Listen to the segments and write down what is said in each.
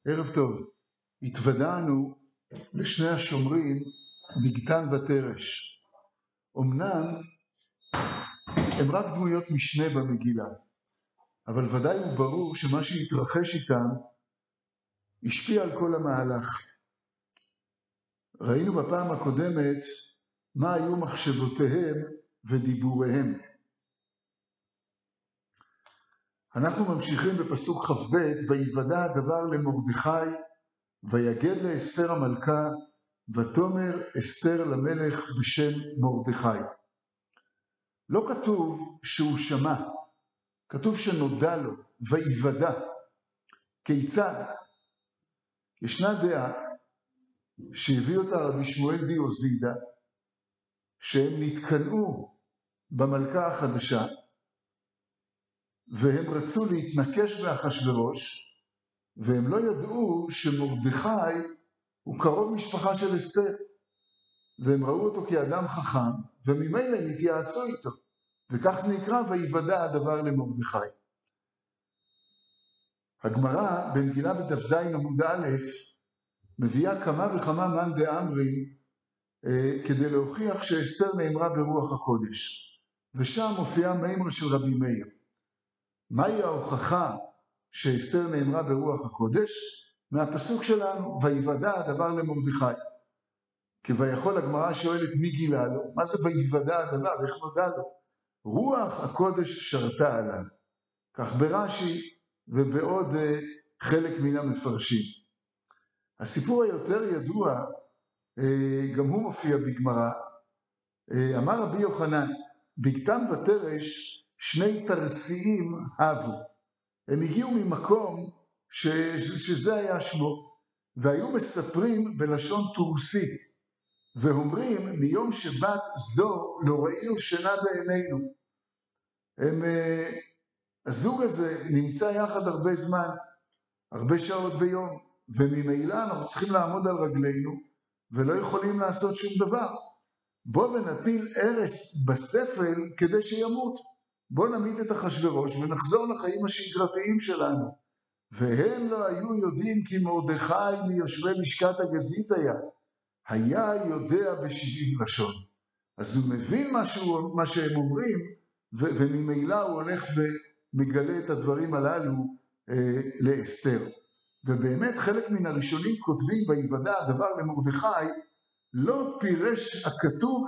ערב טוב. התוודענו לשני השומרים בגתן ותרש. אמנם הם רק דמויות משנה במגילה, אבל ודאי וברור שמה שהתרחש איתם השפיע על כל המהלך. ראינו בפעם הקודמת מה היו מחשבותיהם ודיבוריהם. אנחנו ממשיכים בפסוק כ"ב, ויוודע הדבר למרדכי, ויגד לאסתר המלכה, ותאמר אסתר למלך בשם מרדכי. לא כתוב שהוא שמע, כתוב שנודע לו, ויוודע. כיצד? ישנה דעה שהביא אותה רבי שמואל דיוזידה, שהם נתקנאו במלכה החדשה, והם רצו להתנקש באחשוורוש, והם לא ידעו שמרדכי הוא קרוב משפחה של אסתר, והם ראו אותו כאדם חכם, וממילא הם התייעצו איתו, וכך זה נקרא ויוודע הדבר למרדכי. הגמרא במגילה בדף ז עמוד א' מביאה כמה וכמה מאן דאמרים כדי להוכיח שאסתר נאמרה ברוח הקודש, ושם מופיעה מימרה של רבי מאיר. מהי ההוכחה שאסתר נאמרה ברוח הקודש? מהפסוק שלנו, ויוודע הדבר למרדכי. כי ויכול הגמרא שואלת מי גילה לו? מה זה ויוודע הדבר? איך נודע לו? רוח הקודש שרתה עליו. כך ברש"י ובעוד חלק מן המפרשים. הסיפור היותר ידוע, גם הוא מופיע בגמרא. אמר רבי יוחנן, בגתן ותרש שני תרסיים אבו. הם הגיעו ממקום שזה היה שמו, והיו מספרים בלשון תורסי, ואומרים מיום שבת זו לא ראינו שינה בעינינו. הזוג הזה נמצא יחד הרבה זמן, הרבה שעות ביום, וממילא אנחנו צריכים לעמוד על רגלינו, ולא יכולים לעשות שום דבר. בוא ונטיל ארס בספל כדי שימות. בוא נמית את אחשוורוש ונחזור לחיים השגרתיים שלנו. והם לא היו יודעים כי מרדכי מיושבי לשכת הגזית היה יודע ב70 לשון. אז הוא מבין מה שהם אומרים, וממילא הוא הולך ומגלה את הדברים הללו לאסתר. ובאמת חלק מן הראשונים כותבים ויוודע הדבר למרדכי, לא פירש הכתוב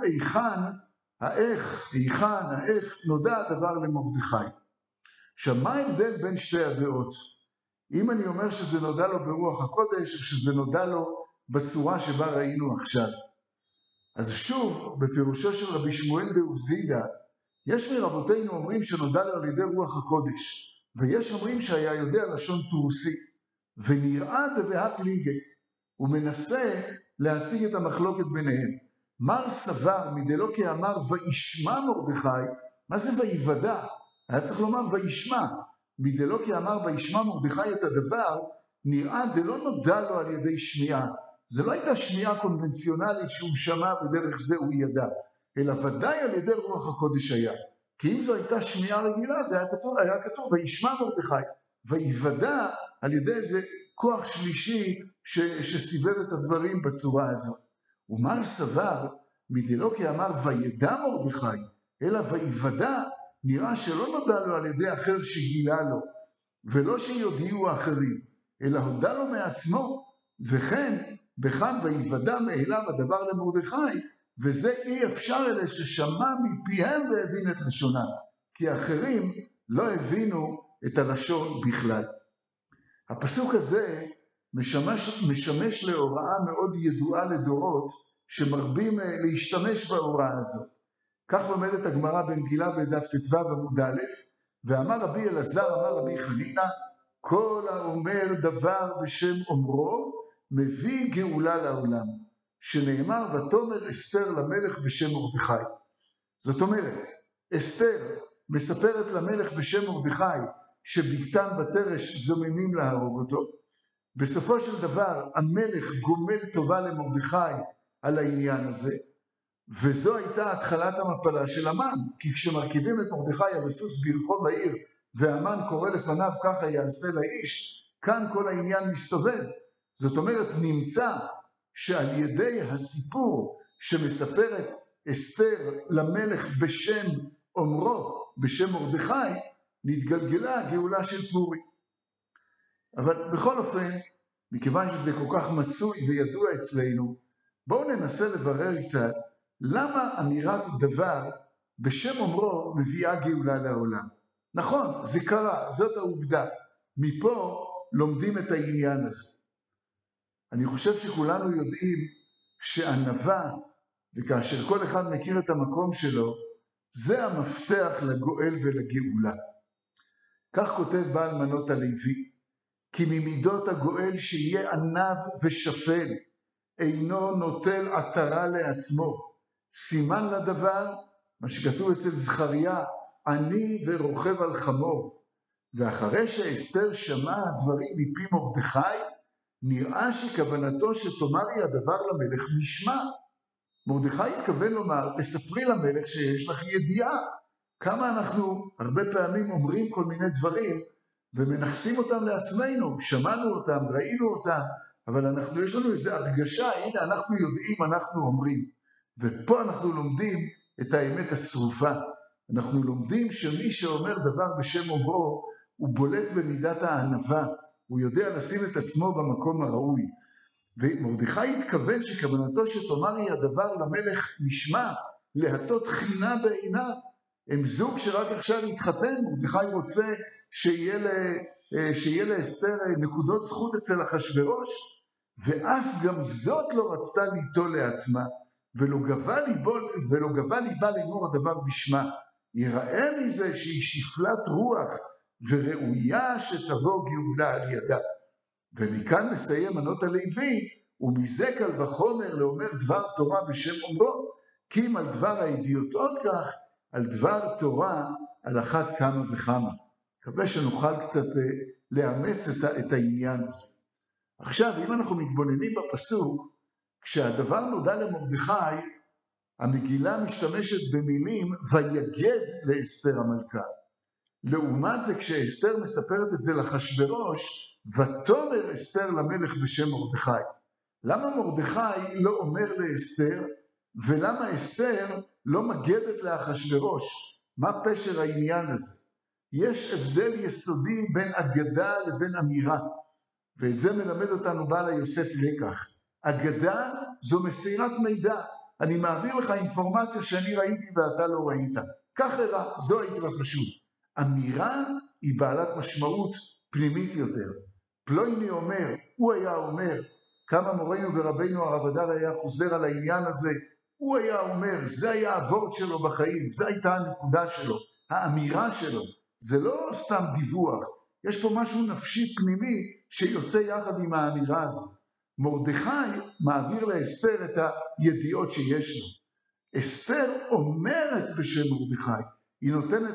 איך נודע הדבר למרדכי. עכשיו, מה ההבדל בין שתי הדעות? אם אני אומר שזה נודע לו ברוח הקודש, או שזה נודע לו בצורה שבה ראינו עכשיו. אז שוב, בפירושו של רבי שמואל דיוזידה, יש מרבותינו אומרים שנודע לו על ידי רוח הקודש, ויש אומרים שהיה יודע לשון תורסי, ונראה דבהה פליגי, הוא מנסה להשיג את המחלוקת ביניהם. מר סבר מדלא כאמר וישמע מרדכי, מה זה ויוודע? היה צריך לומר וישמע. מדלא כאמר וישמע מרדכי את הדבר, נראה דלא נודע לו על ידי שמיעה. זה לא הייתה שמיעה קונבנציונלית שהוא שמע ודרך זה הוא ידע, אלא ודאי על ידי רוח הקודש היה. כי אם זו הייתה שמיעה רגילה, זה היה כתוב וישמע מרדכי. ויוודע על ידי איזה כוח שלישי שסיבב את הדברים בצורה הזאת. ומר סבר, מדלא כאמר וידע מרדכי, אלא ויוודע, נראה שלא נודע לו על ידי אחר שגילה לו, ולא שיודיעו האחרים, אלא הודע לו מעצמו, וכן בכאן ויוודע מאליו הדבר למרדכי, וזה אי אפשר אלה ששמע מפיהם והבין את לשונם, כי אחרים לא הבינו את הלשון בכלל. הפסוק הזה משמש להוראה מאוד ידועה לדורות, שמרבים להשתמש בהוראה הזאת. כך לומדת הגמרא במגילה בדף ט"ו עמוד א', ואמר רבי אלעזר, אמר רבי חנינא, כל האומר דבר בשם אומרו, מביא גאולה לעולם, שנאמר ותאמר אסתר למלך בשם מרדכי. זאת אומרת, אסתר מספרת למלך בשם מרדכי, שבגתן ותרש זוממים להרוג אותו. בסופו של דבר המלך גומל טובה למרדכי על העניין הזה, וזו הייתה התחלת המפלה של המן, כי כשמרכיבים את מרדכי על הסוס ברחוב העיר, והמן קורא לפניו ככה יעשה לאיש, כאן כל העניין מסתובב. זאת אומרת, נמצא שעל ידי הסיפור שמספרת אסתר למלך בשם אומרו, בשם מרדכי, נתגלגלה הגאולה של פורים. אבל בכל אופן, מכיוון שזה כל כך מצוי וידוע אצלנו, בואו ננסה לברר קצת למה אמירת דבר בשם אומרו מביאה גאולה לעולם. נכון, זה קרה, זאת העובדה. מפה לומדים את העניין הזה. אני חושב שכולנו יודעים שענווה, וכאשר כל אחד מכיר את המקום שלו, זה המפתח לגואל ולגאולה. כך כותב בעל מנות הלוי, כי ממידות הגואל שיהיה ענב ושפל, אינו נוטל עטרה לעצמו. סימן לדבר, מה שכתוב אצל זכריה, אני ורוכב על חמור. ואחרי שאסתר שמעה הדברים מפי מרדכי, נראה שכוונתו שתאמרי הדבר למלך נשמע. מרדכי התכוון לומר, תספרי למלך שיש לך ידיעה. כמה אנחנו הרבה פעמים אומרים כל מיני דברים, ומנחסים אותם לעצמנו, שמענו אותם, ראינו אותם, אבל יש לנו איזו הרגשה, הנה אנחנו יודעים, אנחנו אומרים. ופה אנחנו לומדים את האמת הצרופה. אנחנו לומדים שמי שאומר דבר בשם אומרו, הוא בולט במידת הענווה, הוא יודע לשים את עצמו במקום הראוי. ומרדכי התכוון שכוונתו שתאמרי הדבר למלך נשמע, להטות חינה בעיניו. הם זוג שרק עכשיו התחתן, מרדכי רוצה שיהיה לאסתר נקודות זכות אצל אחשוורוש, ואף גם זאת לא רצתה ליטול לעצמה, ולא גבה ליבה לאמור הדבר בשמה. יראה מזה שהיא שפלת רוח, וראויה שתבוא גאולה על ידה. ומכאן מסיים מנות הלוי, ומזה קל וחומר לאומר דבר תורה בשם אומרו, כי אם על דבר הידיעותות כך, על דבר תורה על אחת כמה וכמה. מקווה שנוכל קצת לאמץ את העניין הזה. עכשיו, אם אנחנו מתבוננים בפסוק, כשהדבר נודע למרדכי, המגילה משתמשת במילים ויגד לאסתר המלכה. לעומת זה, כשאסתר מספרת את זה לאחשוורוש, ותאמר אסתר למלך בשם מרדכי. למה מרדכי לא אומר לאסתר, ולמה אסתר לא מגדת לאחשוורוש? מה פשר העניין הזה? יש הבדל יסודי בין אגדה לבין אמירה, ואת זה מלמד אותנו בעל היוסף לקח. אגדה זו מסירת מידע. אני מעביר לך אינפורמציה שאני ראיתי ואתה לא ראית. כך הראה, זו ההתרחשות. אמירה היא בעלת משמעות פנימית יותר. פלויני אומר, הוא היה אומר, כמה מורנו ורבינו הרב אדר היה חוזר על העניין הזה, הוא היה אומר, זה היה הוורד שלו בחיים, זה הייתה הנקודה שלו, האמירה שלו. זה לא סתם דיווח, יש פה משהו נפשי פנימי שיוצא יחד עם האמירה הזו. מרדכי מעביר לאסתר את הידיעות שיש לו. אסתר אומרת בשם מרדכי, היא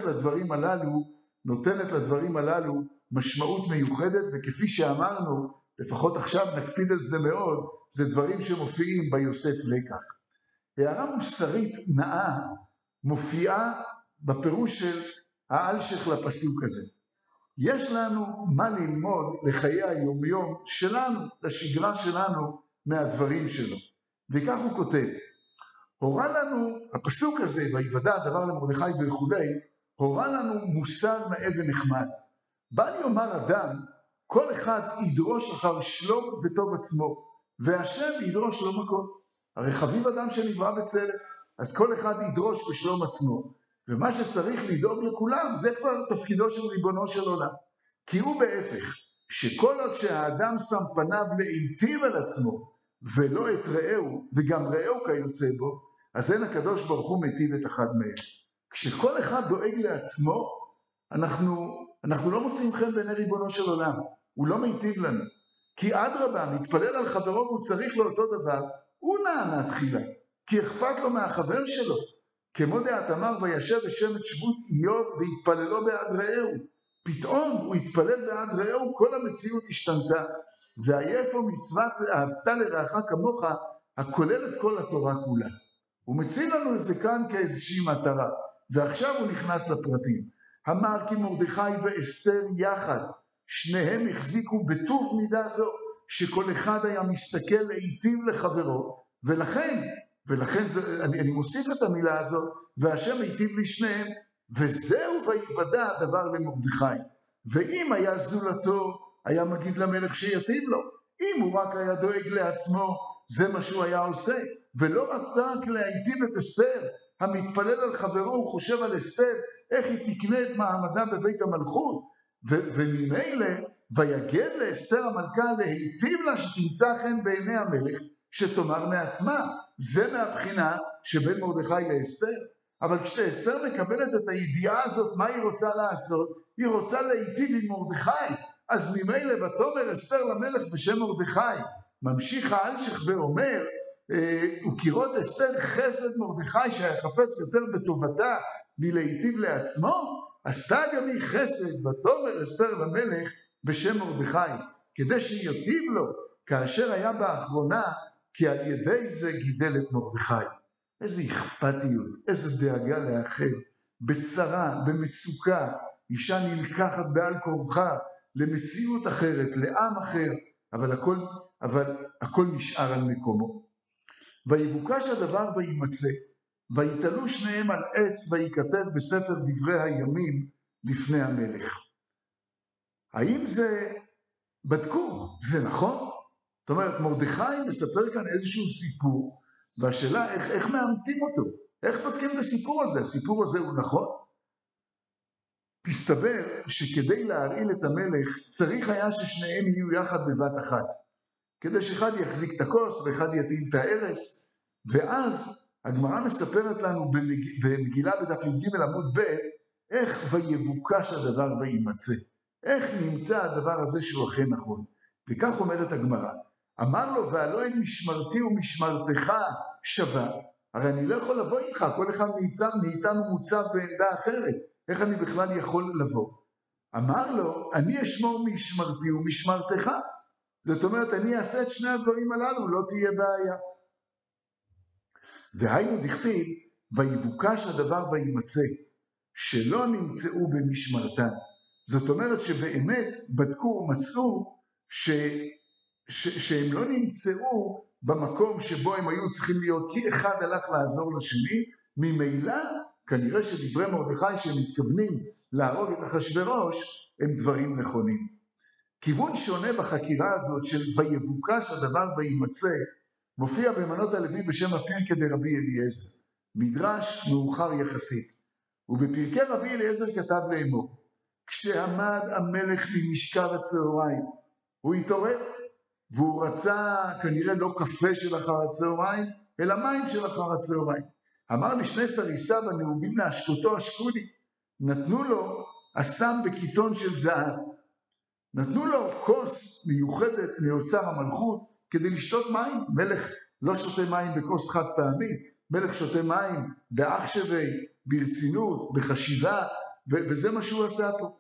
נותנת לדברים הללו משמעות מיוחדת, וכפי שאמרנו, לפחות עכשיו נקפיד על זה מאוד, זה דברים שמופיעים ביוסף לקח. הערה מוסרית נאה מופיעה בפירוש של האלשך לפסוק הזה. יש לנו מה ללמוד לחיי היומיום שלנו, לשגרה שלנו, מהדברים שלו. וכך הוא כותב, הורה לנו, הפסוק הזה, ויוודע הדבר למרדכי וכולי, הורה לנו מוסר נאה ונחמד. בא לי אומר אדם, כל אחד ידרוש אחר שלום וטוב עצמו, והשם ידרוש לו מקום. הרי חביב אדם שנברא בצלם, אז כל אחד ידרוש בשלום עצמו, ומה שצריך לדאוג לכולם, זה כבר תפקידו של ריבונו של עולם. כי הוא בהפך, שכל עוד שהאדם שם פניו להיטיב על עצמו, ולא את רעהו, וגם רעהו כיוצא בו, אז אין הקדוש ברוך הוא מטיב את אחד מהם. כשכל אחד דואג לעצמו, אנחנו לא מוצאים חן בעיני ריבונו של עולם, הוא לא מיטיב לנו. כי אדרבה, מתפלל על חברו והוא צריך לו אותו דבר, הוא נענה תחילה, כי אכפת לו מהחבר שלו. כמו דעת אמר וישב בשם את שבות איוב והתפללו בעד רעהו. פתאום הוא התפלל בעד רעהו, כל המציאות השתנתה. ואיפה מצוות אהבת לרעך כמוך, הכולל את כל התורה כולה. הוא מציל לנו את זה כאן כאיזושהי מטרה, ועכשיו הוא נכנס לפרטים. אמר כי מרדכי ואסתר יחד, שניהם החזיקו בטוב מידה זו, שכל אחד היה מסתכל להיטיב לחברו, ולכן אני מוסיף את המילה הזאת, והשם היטיב לשניהם, וזהו ויוודע הדבר למרדכי. ואם היה זולתו, היה מגיד למלך שיטיב לו. אם הוא רק היה דואג לעצמו, זה מה שהוא היה עושה, ולא רצה רק להיטיב את אסתר. המתפלל על חברו, הוא חושב על אסתר, איך היא תקנה את מעמדה בבית המלכות, וממילא ויגד לאסתר המלכה להיטיב לה שתמצא חן בעיני המלך, שתאמר מעצמה. זה מהבחינה שבין מרדכי לאסתר. אבל כשאסתר מקבלת את הידיעה הזאת, מה היא רוצה לעשות? היא רוצה להיטיב עם מרדכי. אז ממילא ותאמר אסתר למלך בשם מרדכי. ממשיך האלשיך ואומר, וכראות אסתר חסד מרדכי שהיה חפץ יותר בטובתה מלהיטיב לעצמו, עשתה גם היא חסד ותאמר אסתר למלך בשם מרדכי, כדי שיטיב לו כאשר היה באחרונה, כי על ידי זה גידל את מרדכי. איזו אכפתיות, איזו דאגה לאחר, בצרה, במצוקה, אישה נלקחת בעל כורחה למציאות אחרת, לעם אחר, אבל הכל נשאר על מקומו. ויבוקש הדבר וימצא, ויתלו שניהם על עץ וייכתב בספר דברי הימים לפני המלך. האם זה בדקו? זה נכון? זאת אומרת, מרדכי מספר כאן איזשהו סיפור, והשאלה איך מאמתים אותו? איך בודקים את הסיפור הזה? הסיפור הזה הוא נכון? מסתבר שכדי להרעיל את המלך צריך היה ששניהם יהיו יחד בבת אחת. כדי שאחד יחזיק את הכוס ואחד יטעין את הארס, ואז הגמרא מספרת לנו במגילה בדף י"ג עמוד ב' איך ויבוקש הדבר וימצא. איך נמצא הדבר הזה שהוא אכן נכון. וכך אומרת הגמרא, אמר לו והלא אין משמרתי ומשמרתך שווה. הרי אני לא יכול לבוא איתך, כל אחד מאיתנו מוצב בעמדה אחרת. איך אני בכלל יכול לבוא? אמר לו, אני אשמור משמרתי ומשמרתך. זאת אומרת, אני אעשה את שני הדברים הללו, לא תהיה בעיה. והיינו דכתיב, ויבוקש הדבר וימצא, שלא נמצאו במשמרתן. זאת אומרת שבאמת בדקו ומצאו שהם לא נמצאו במקום שבו הם היו צריכים להיות, כי אחד הלך לעזור לשני, ממילא כנראה שדברי מרדכי שהם מתכוונים להרוג את אחשוורוש, הם דברים נכונים. כיוון שונה בחקירה הזאת של ויבוקש הדבר וימצא, מופיע במנות הלוי בשם הפרקי דרבי אליעזר, מדרש מאוחר יחסית. ובפרקי רבי אליעזר כתב לאמור, כשעמד המלך ממשכב הצהריים, הוא התעורר, והוא רצה כנראה לא קפה של אחר הצהריים, אלא מים של אחר הצהריים. אמר לשני סריסיו הנהוגים להשקותו השקולי, נתנו לו אסם בקיתון של זהב. נתנו לו כוס מיוחדת מאוצר המלכות כדי לשתות מים. מלך לא שותה מים בכוס חד פעמי, מלך שותה מים באחשבי, ברצינות, בחשיבה, וזה מה שהוא עשה פה.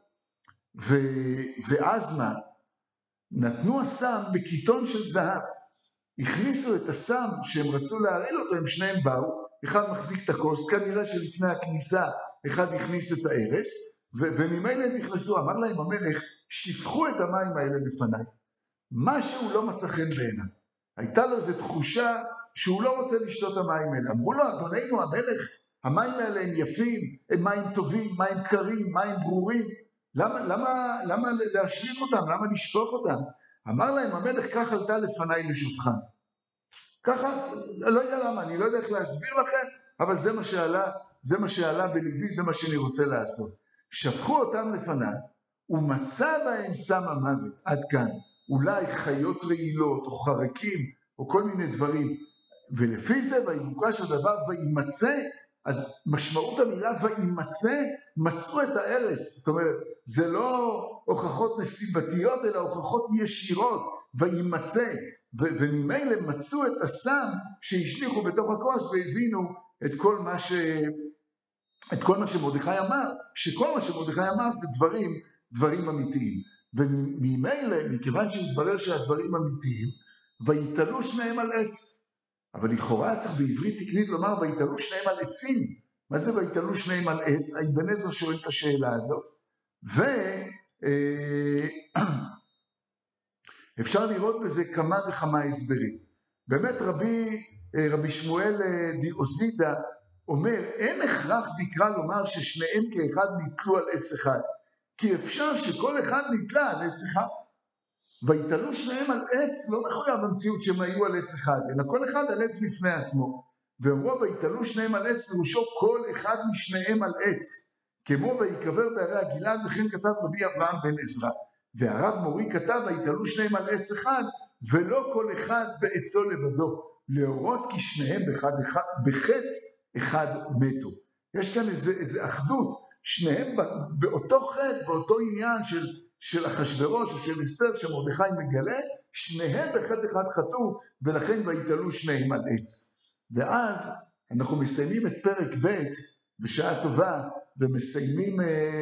ואז מה? נתנו אסם בקיתון של זהב. הכניסו את הסם שהם רצו להרעיל אותו, הם שניהם באו, אחד מחזיק את הכוס, כנראה שלפני הכניסה אחד הכניס את הארס, וממילא הם נכנסו, אמר להם המלך, שפכו את המים האלה לפניי. משהו לא מצא חן בעיניו. הייתה לו איזו תחושה שהוא לא רוצה לשתות המים האלה. אמרו לו, אדוננו המלך, המים האלה הם יפים, הם מים טובים, מים קרים, מים ברורים. למה להשליך אותם? למה לשפוך אותם? אמר להם המלך, כך עלתה לפניי לשופכם. ככה, לא יודע למה, אני לא יודע איך להסביר לכם, אבל זה מה שעלה בלבי, זה מה שאני רוצה לעשות. שפכו אותם לפניי, ומצא בהם סם המוות, עד כאן. אולי חיות רעילות, או חרקים, או כל מיני דברים. ולפי זה, ויבוקש הדבר, וימצא, אז משמעות המילה וימצא, מצאו את הארס. זאת אומרת, זה לא הוכחות נסיבתיות, אלא הוכחות ישירות, וימצא. וממילא מצאו את הסם שהשליחו בתוך הכוס, והבינו את כל מה שמרדכי אמר, שכל מה שמרדכי אמר זה דברים אמיתיים. וממילא, מכיוון שהתברר שהדברים אמיתיים, ויתלו שניהם על עץ. אבל לכאורה צריך בעברית תקנית לומר, ויתלו שניהם על עצים. מה זה ויתלו שניהם על עץ? אבן עזרא שואל את השאלה הזאת. אפשר לראות בזה כמה וכמה הסברים. באמת רבי שמואל דיאוסידה אומר, אין הכרח בקרא לומר ששניהם כאחד נתלו על עץ אחד, כי אפשר שכל אחד נתלה על עץ אחד. ויתלו שניהם על עץ, לא מחויב במציאות שהם היו על עץ אחד, אלא כל אחד על עץ בפני עצמו. ואומרו ויתלו שניהם על עץ, פירושו כל אחד משניהם על עץ. כמו ויקבר בערי הגלעד, וכן כתב רבי אברהם בן עזרא. והרב מורי כתב ויתלו שניהם על עץ אחד, ולא כל אחד בעצו לבדו, להורות כי שניהם בחטא אחד מתו. יש כאן איזה אחדות, שניהם באותו חטא, באותו עניין של אחשוורוש או של אסתר שמרדכי מגלה, שניהם בחטא אחד חטאו, ולכן ויתלו שניהם על עץ. ואז אנחנו מסיימים את פרק ב' בשעה טובה, ומסיימים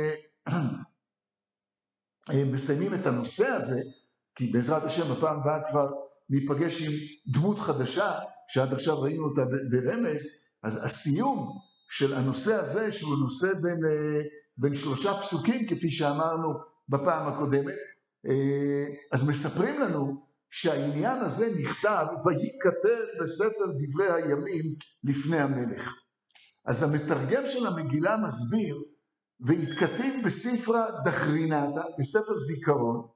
את הנושא הזה, כי בעזרת השם בפעם הבאה כבר ניפגש עם דמות חדשה, שעד עכשיו ראינו אותה ברמז. אז הסיום של הנושא הזה, שהוא נושא בין 3 פסוקים, כפי שאמרנו בפעם הקודמת, אז מספרים לנו שהעניין הזה נכתב, וייכתב בספר דברי הימים לפני המלך. אז המתרגם של המגילה מסביר, ויתכתב בספרה דחרינתה, בספר זיכרון,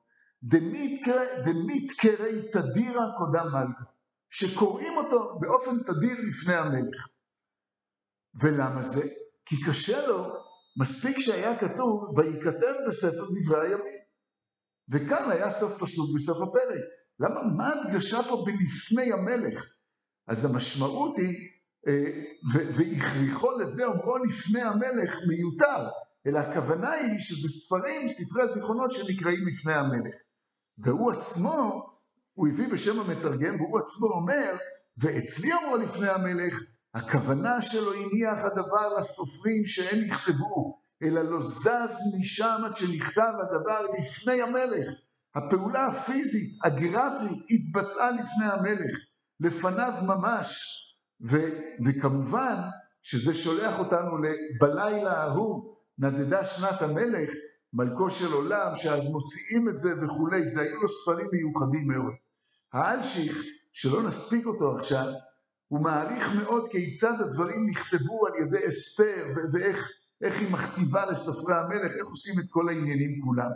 דמיתקרי תדירה קודם מלכה, שקוראים אותו באופן תדיר לפני המלך. ולמה זה? כי קשה לו, מספיק שהיה כתוב, וייכתב בספר דברי הימים. וכאן היה סוף פסוק בסוף הפרק. למה? מה הדגשה פה בלפני המלך? אז המשמעות היא, והכריחו לזה אומרו לפני המלך מיותר, אלא הכוונה היא שזה ספרי הזיכרונות שנקראים לפני המלך. והוא עצמו, הוא הביא בשם המתרגם, והוא עצמו אומר, ואצלי אמרו לפני המלך, הכוונה שלו הניח הדבר לסופרים שהם יכתבו, אלא לא זז משם עד שנכתב הדבר לפני המלך. הפעולה הפיזית, הגרפית, התבצעה לפני המלך, לפניו ממש. וכמובן שזה שולח אותנו בלילה ההוא, נדדה שנת המלך, מלכו של עולם, שאז מוציאים את זה וכולי, זה היו לו ספרים מיוחדים מאוד. האלשיך, שלא נספיק אותו עכשיו, הוא מעריך מאוד כיצד הדברים נכתבו על ידי אסתר, ואיך היא מכתיבה לספרי המלך, איך עושים את כל העניינים כולם.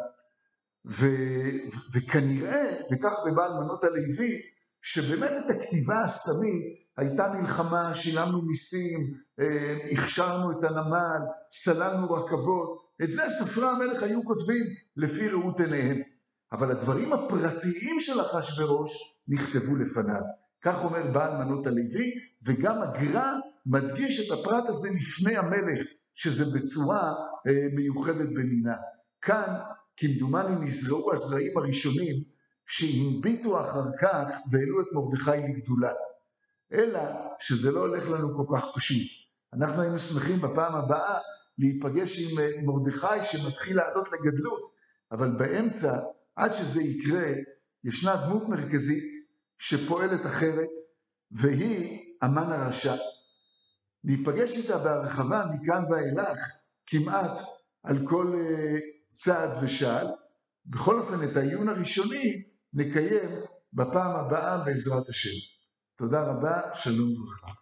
וכנראה, וכך בבעל מנות הלוי, שבאמת את הכתיבה הסתמית, הייתה מלחמה, שילמנו מיסים, הכשרנו את הנמל, סללנו רכבות, את זה ספרי המלך היו כותבים לפי ראות עיניהם. אבל הדברים הפרטיים של אחשוורוש נכתבו לפניו. כך אומר בעל מנות הלוי, וגם הגר"א מדגיש את הפרט הזה לפני המלך, שזה בצורה מיוחדת במינה. כאן, כמדומני, נזרעו הזרעים הראשונים, שהנביטו אחר כך והעלו את מרדכי לגדולה. אלא שזה לא הולך לנו כל כך פשוט. אנחנו היינו שמחים בפעם הבאה להיפגש עם מרדכי שמתחיל לעלות לגדלות, אבל באמצע, עד שזה יקרה, ישנה דמות מרכזית שפועלת אחרת, והיא המן הרשע. ניפגש איתה בהרחבה מכאן ואילך, כמעט על כל צעד ושעל. בכל אופן, את העיון הראשוני נקיים בפעם הבאה בעזרת השם. תודה רבה, שלום וברכה.